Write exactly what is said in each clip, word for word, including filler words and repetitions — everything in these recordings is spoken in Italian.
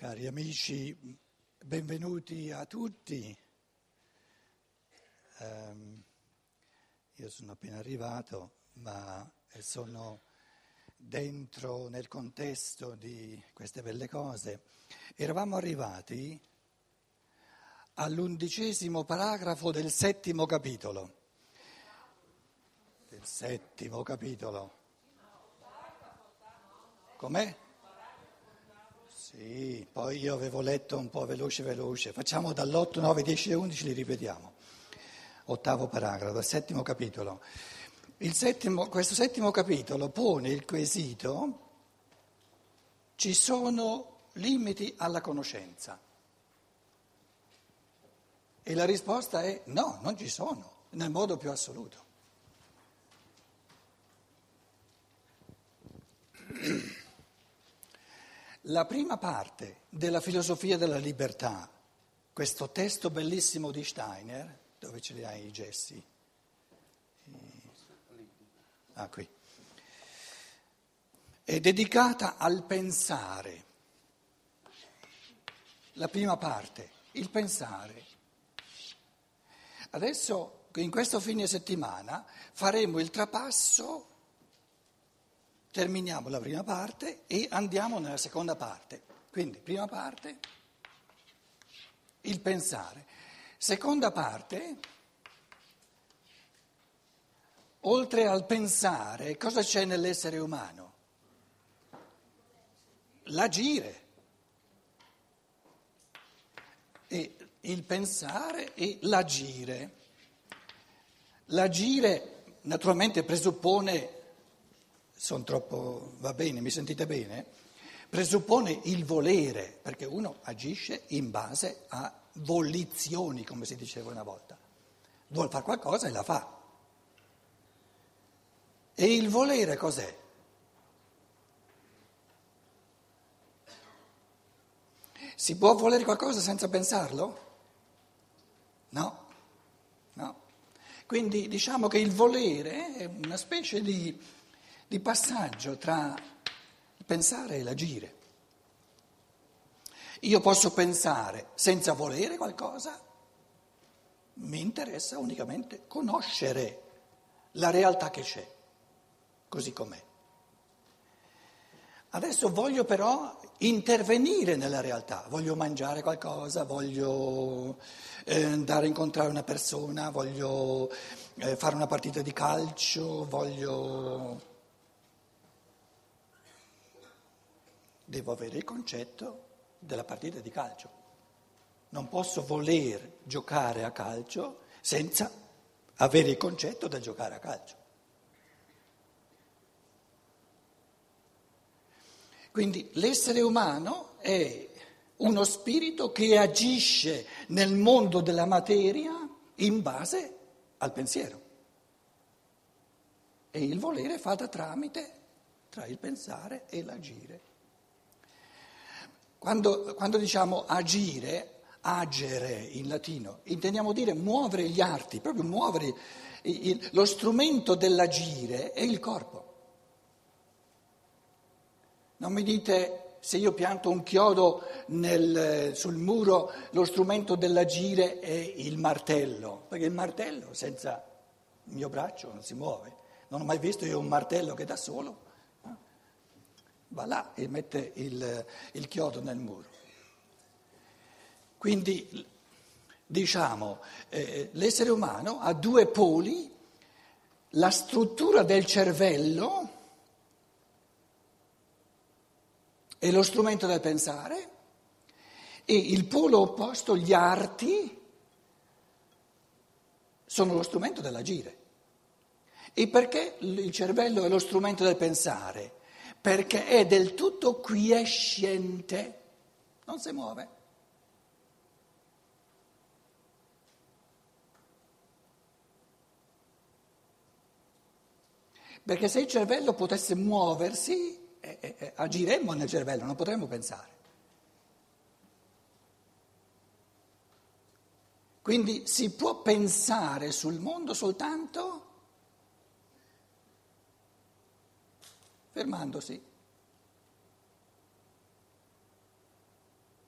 Cari amici, benvenuti a tutti. Um, io sono appena arrivato, ma sono dentro nel contesto di queste belle cose. Eravamo arrivati all'undicesimo paragrafo del settimo capitolo. Del settimo capitolo. Com'è? Sì, poi io avevo letto un po' veloce veloce, facciamo dall'otto, nove, dieci e undici, li ripetiamo. Ottavo paragrafo, del settimo capitolo. Il settimo, questo settimo capitolo pone il quesito: ci sono limiti alla conoscenza? E la risposta è no, non ci sono, nel modo più assoluto. La prima parte della filosofia della libertà, questo testo bellissimo di Steiner, dove ce li hai i gessi? Ah, qui. È dedicata al pensare. La prima parte, il pensare. Adesso, in questo fine settimana, faremo il trapasso. Terminiamo la prima parte e andiamo nella seconda parte. Quindi, prima parte, il pensare. Seconda parte, oltre al pensare, cosa c'è nell'essere umano? L'agire. E il pensare e l'agire. L'agire naturalmente presuppone... Sono troppo, va bene, mi sentite bene? Presuppone il volere, perché uno agisce in base a volizioni, come si diceva una volta. Vuol fare qualcosa e la fa. E il volere cos'è? Si può volere qualcosa senza pensarlo? No, no. Quindi diciamo che il volere è una specie di... di passaggio tra il pensare e l'agire. Io posso pensare senza volere qualcosa, mi interessa unicamente conoscere la realtà che c'è, così com'è. Adesso voglio però intervenire nella realtà, voglio mangiare qualcosa, voglio eh, andare a incontrare una persona, voglio eh, fare una partita di calcio, voglio... Devo avere il concetto della partita di calcio. Non posso voler giocare a calcio senza avere il concetto del giocare a calcio. Quindi l'essere umano è uno spirito che agisce nel mondo della materia in base al pensiero. E il volere fa da tramite tra il pensare e l'agire. Quando, quando diciamo agire, agere in latino, intendiamo dire muovere gli arti, proprio muovere il, il, lo strumento dell'agire è il corpo. Non mi dite se io pianto un chiodo nel, sul muro, lo strumento dell'agire è il martello, perché il martello senza il mio braccio non si muove. Non ho mai visto io un martello che da solo... va là e mette il, il chiodo nel muro. Quindi, diciamo, eh, l'essere umano ha due poli: la struttura del cervello e lo strumento del pensare, e il polo opposto, gli arti, sono lo strumento dell'agire. E perché il cervello è lo strumento del pensare? Perché è del tutto quiescente, non si muove. Perché se il cervello potesse muoversi, eh, eh, agiremmo nel cervello, non potremmo pensare. Quindi si può pensare sul mondo soltanto fermandosi.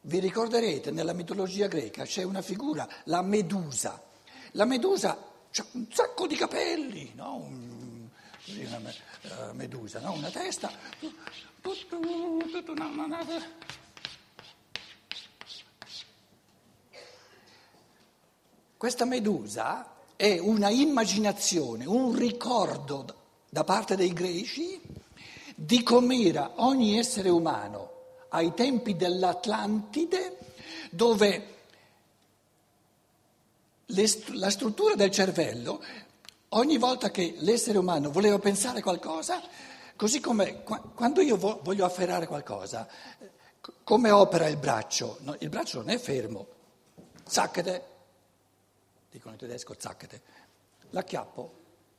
Vi ricorderete, nella mitologia greca c'è una figura, la Medusa. La Medusa ha un sacco di capelli, no? Un- così una me- eh, medusa, no? Una testa, tutto, tutto una, una- Questa Medusa è una immaginazione, un ricordo d- da parte dei greci di com'era ogni essere umano ai tempi dell'Atlantide, dove le st- la struttura del cervello, ogni volta che l'essere umano voleva pensare qualcosa, così come qua- quando io vo- voglio afferrare qualcosa, eh, c- come opera il braccio? No, il braccio non è fermo, zacchete, dicono in tedesco zacchete, l'acchiappo.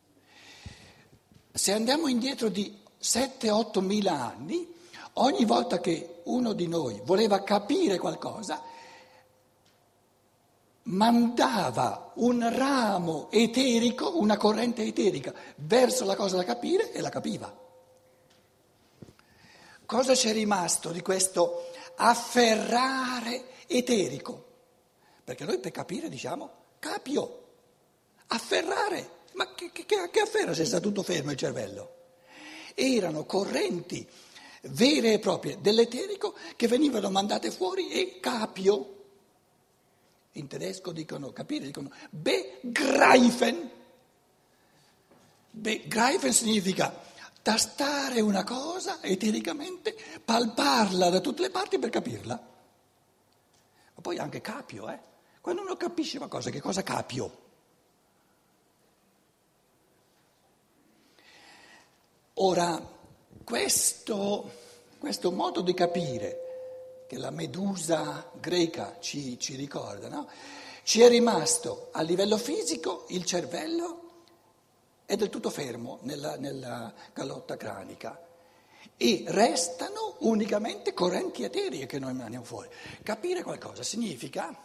Se andiamo indietro di sette otto mila anni, ogni volta che uno di noi voleva capire qualcosa, mandava un ramo eterico, una corrente eterica, verso la cosa da capire e la capiva. Cosa c'è rimasto di questo afferrare eterico? Perché noi per capire diciamo capio, afferrare, ma che, che, che afferra se sta tutto fermo il cervello? Erano correnti vere e proprie dell'eterico che venivano mandate fuori e capio. In tedesco dicono capire, dicono begreifen. Begreifen significa tastare una cosa etericamente, palparla da tutte le parti per capirla. Ma poi anche capio, eh? Quando uno capisce qualcosa, che cosa capio? Ora, questo, questo modo di capire che la Medusa greca ci, ci ricorda, no? Ci è rimasto a livello fisico, il cervello è del tutto fermo nella, nella calotta cranica e restano unicamente correnti eteree che noi mandiamo fuori. Capire qualcosa significa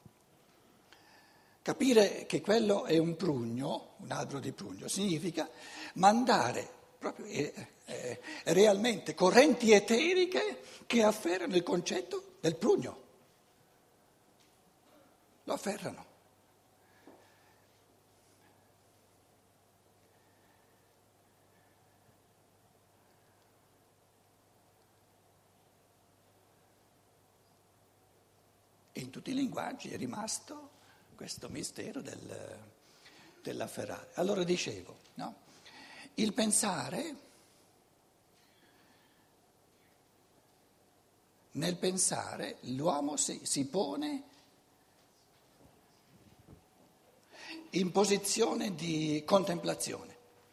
capire che quello è un prugno, un albero di prugno, significa mandare proprio eh, eh, realmente correnti eteriche che afferrano il concetto del prugno. Lo afferrano. E in tutti i linguaggi è rimasto questo mistero del, dell'afferrare. Allora dicevo, no? Il pensare, nel pensare l'uomo si, si pone in posizione di contemplazione.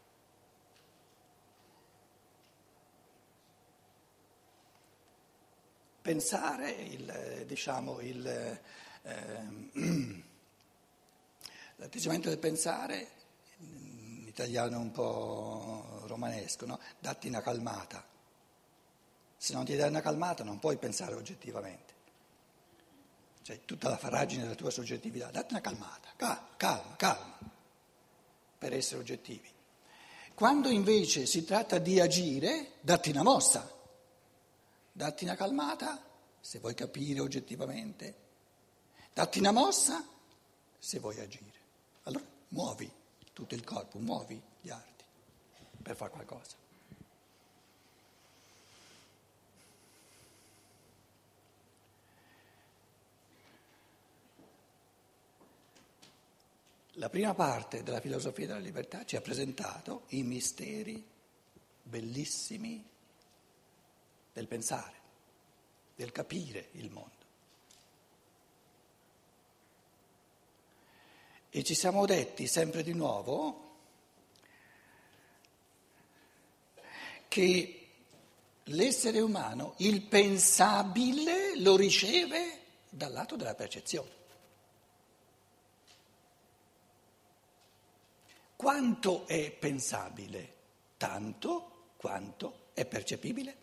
Pensare, il, diciamo, il, ehm, l'atteggiamento del pensare, in italiano un po' romanesco, no? Datti una calmata. Se non ti dai una calmata non puoi pensare oggettivamente. Cioè tutta la faragine della tua soggettività, datti una calmata, calma, calma, calma, per essere oggettivi. Quando invece si tratta di agire, datti una mossa. Datti una calmata se vuoi capire oggettivamente, datti una mossa se vuoi agire. Allora muovi tutto il corpo, muovi gli arti per fare qualcosa. La prima parte della filosofia della libertà ci ha presentato i misteri bellissimi del pensare, del capire il mondo. E ci siamo detti sempre di nuovo che l'essere umano, il pensabile, lo riceve dal lato della percezione. Quanto è pensabile? Tanto quanto è percepibile.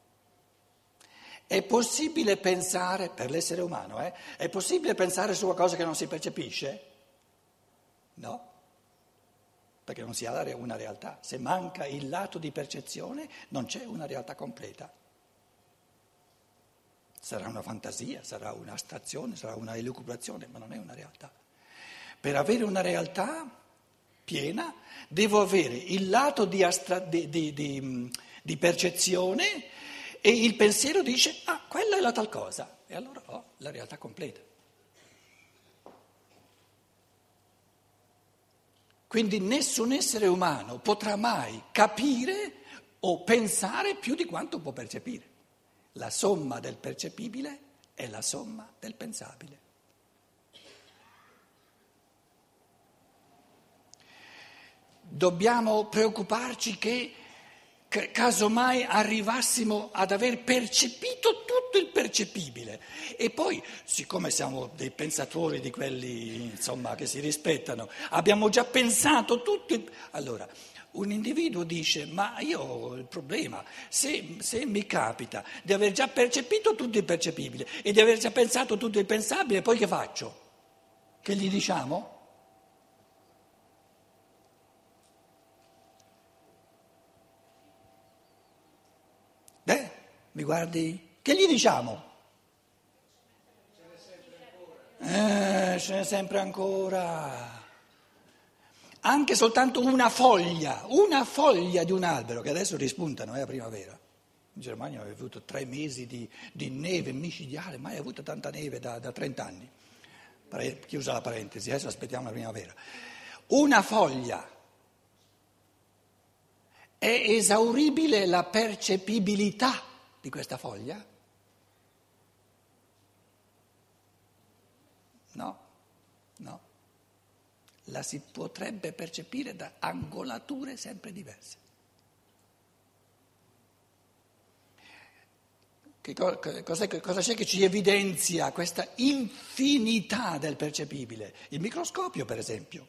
È possibile pensare, per l'essere umano, eh? È possibile pensare su qualcosa che non si percepisce? No, perché non si ha una realtà. Se manca il lato di percezione non c'è una realtà completa. sarà una fantasia, sarà un'astrazione, sarà una elucubrazione, ma non è una realtà. Per avere una realtà piena devo avere il lato di, astra- di, di, di, di percezione e il pensiero dice, ah, quella è la tal cosa, e allora ho la realtà completa. Quindi nessun essere umano potrà mai capire o pensare più di quanto può percepire. La somma del percepibile è la somma del pensabile. Dobbiamo preoccuparci che casomai arrivassimo ad aver percepito tutto il percepibile e poi, siccome siamo dei pensatori di quelli, insomma, che si rispettano, abbiamo già pensato tutto il... Allora, un individuo dice, ma io ho il problema, se, se mi capita di aver già percepito tutto il percepibile e di aver già pensato tutto il pensabile, poi che faccio? Che gli diciamo? Beh, mi guardi? Che gli diciamo? Eh, ce n'è sempre ancora. Anche soltanto una foglia, una foglia di un albero, che adesso rispuntano, è la primavera. In Germania aveva avuto tre mesi di, di neve micidiale, mai avuto tanta neve da, da trenta anni. Pare- Chiusa la parentesi, adesso aspettiamo la primavera. Una foglia. È esauribile la percepibilità di questa foglia? No, no. La si potrebbe percepire da angolature sempre diverse. Che co- cos'è, che- cosa c'è che ci evidenzia questa infinità del percepibile? Il microscopio, per esempio.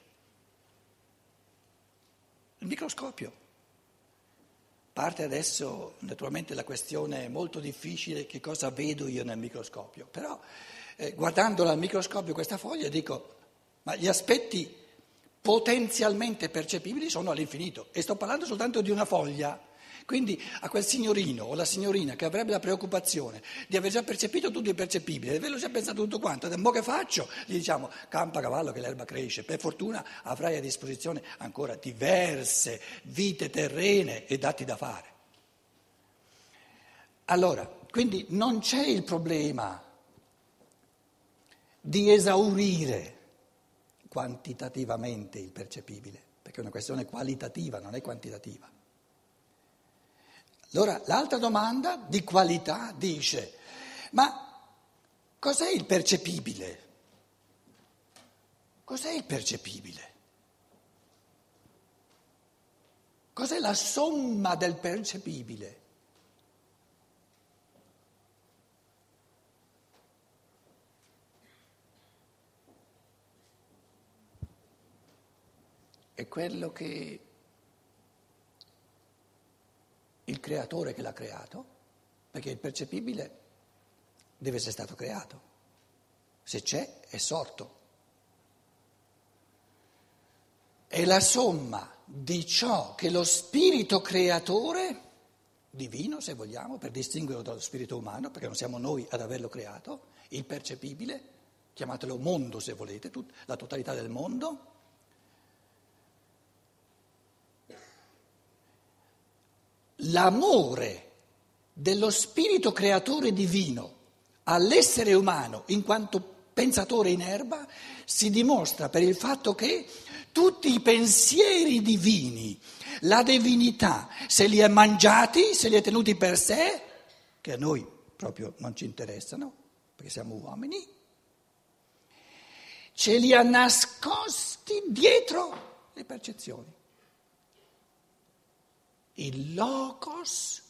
Il microscopio. Parte adesso naturalmente la questione molto difficile, che cosa vedo io nel microscopio, però eh, guardandola al microscopio questa foglia dico, ma gli aspetti potenzialmente percepibili sono all'infinito e sto parlando soltanto di una foglia. Quindi a quel signorino o la signorina che avrebbe la preoccupazione di aver già percepito tutto il percepibile, di averlo già pensato tutto quanto, e mo che faccio? Gli diciamo campa cavallo che l'erba cresce, per fortuna avrai a disposizione ancora diverse vite terrene e dati da fare. Allora, quindi non c'è il problema di esaurire quantitativamente il percepibile, perché è una questione qualitativa, non è quantitativa. Allora, l'altra domanda di qualità dice, ma cos'è il percepibile? Cos'è il percepibile? Cos'è la somma del percepibile? È quello che il creatore che l'ha creato, perché il percepibile deve essere stato creato, se c'è è sorto. È la somma di ciò che lo spirito creatore, divino se vogliamo, per distinguerlo dallo spirito umano, perché non siamo noi ad averlo creato, il percepibile, chiamatelo mondo se volete, tut- la totalità del mondo, l'amore dello spirito creatore divino all'essere umano in quanto pensatore in erba si dimostra per il fatto che tutti i pensieri divini, la divinità, se li ha mangiati, se li ha tenuti per sé, che a noi proprio non ci interessano, perché siamo uomini, ce li ha nascosti dietro le percezioni. Il logos,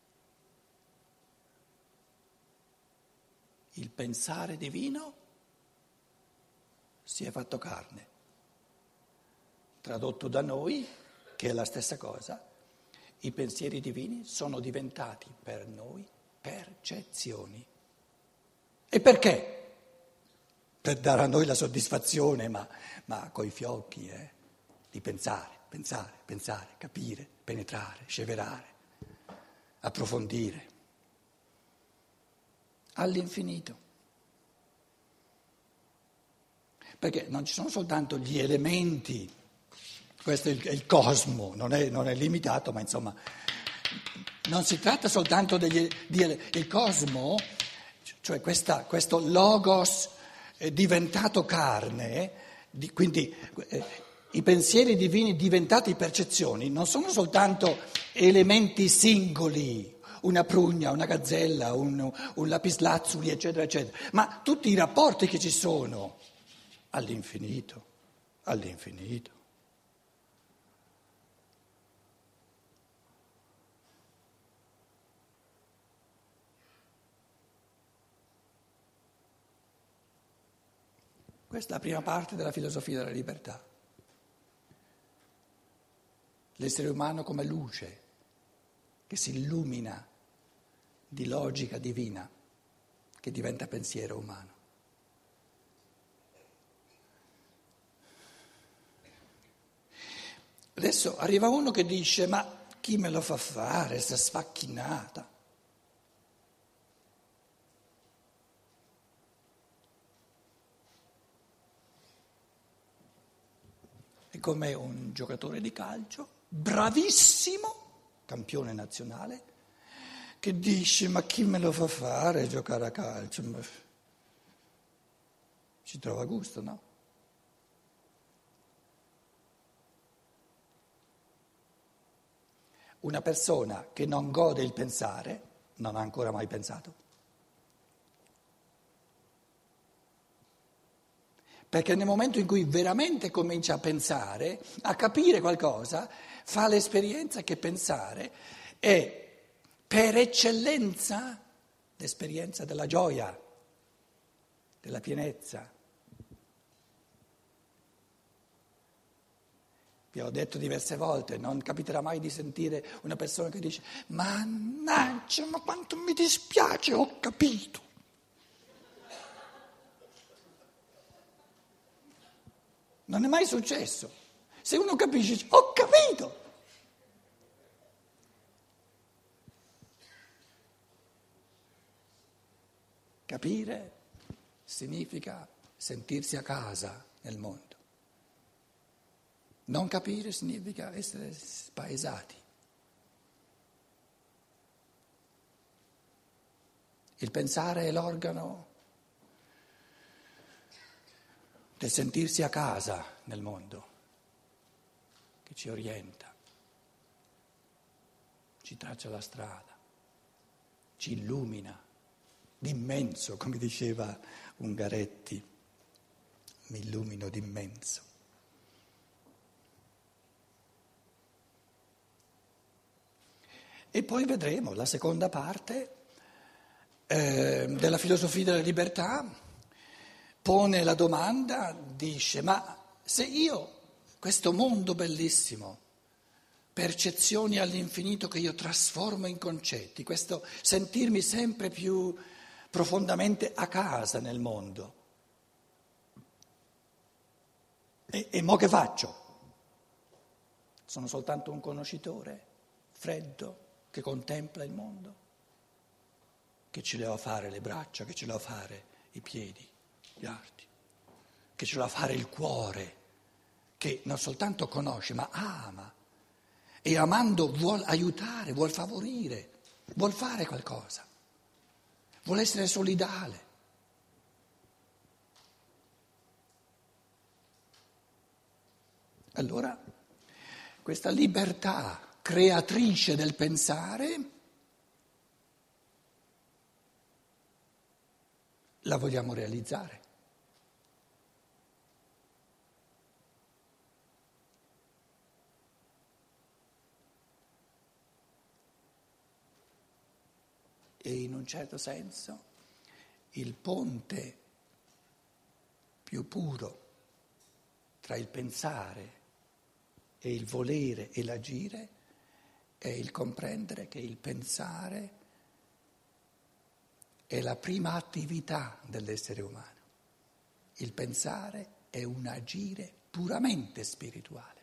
il pensare divino, si è fatto carne. Tradotto da noi, che è la stessa cosa, i pensieri divini sono diventati per noi percezioni. E perché? Per dare a noi la soddisfazione, ma, ma coi fiocchi, eh, di pensare, pensare, pensare, capire, penetrare, sceverare, approfondire. all'infinito. Perché non ci sono soltanto gli elementi, questo è il, è il cosmo, non è, non è limitato, ma insomma, non si tratta soltanto degli di, il cosmo, cioè questa, questo logos è diventato carne, di, quindi eh, i pensieri divini diventati percezioni, non sono soltanto elementi singoli, una prugna, una gazzella, un, un lapislazzuli, eccetera, eccetera, ma tutti i rapporti che ci sono all'infinito, all'infinito. Questa è la prima parte della filosofia della libertà. L'essere umano come luce che si illumina di logica divina, che diventa pensiero umano. Adesso arriva uno che dice: ma chi me lo fa fare, sta sfacchinata? È come un giocatore di calcio, bravissimo, campione nazionale, che dice: ma chi me lo fa fare giocare a calcio? Ma ci trova gusto, no? Una persona che non gode il pensare non ha ancora mai pensato. Perché nel momento in cui veramente comincia a pensare, a capire qualcosa, fa l'esperienza che pensare è per eccellenza l'esperienza della gioia, della pienezza. Vi ho detto diverse volte, non capiterà mai di sentire una persona che dice: mannaggia, ma quanto mi dispiace, ho capito. Non è mai successo. Se uno capisce, dice: ho capito. Capire significa sentirsi a casa nel mondo. Non capire significa essere spaesati. Il pensare è l'organo del sentirsi a casa nel mondo, che ci orienta, ci traccia la strada, ci illumina d'immenso, come diceva Ungaretti, mi illumino d'immenso. E poi vedremo la seconda parte eh, della filosofia della libertà, pone la domanda, dice: ma se io, questo mondo bellissimo, percezioni all'infinito che io trasformo in concetti, questo sentirmi sempre più profondamente a casa nel mondo, e, e mo che faccio? Sono soltanto un conoscitore, freddo, che contempla il mondo, che ce le ho a fare le braccia, che ce le ho a fare i piedi, gli arti, che ce l'ha a fare il cuore, che non soltanto conosce ma ama, e amando vuol aiutare, vuol favorire, vuol fare qualcosa, vuol essere solidale. Allora, questa libertà creatrice del pensare la vogliamo realizzare. E in un certo senso il ponte più puro tra il pensare e il volere e l'agire è il comprendere che il pensare è la prima attività dell'essere umano. Il pensare è un agire puramente spirituale.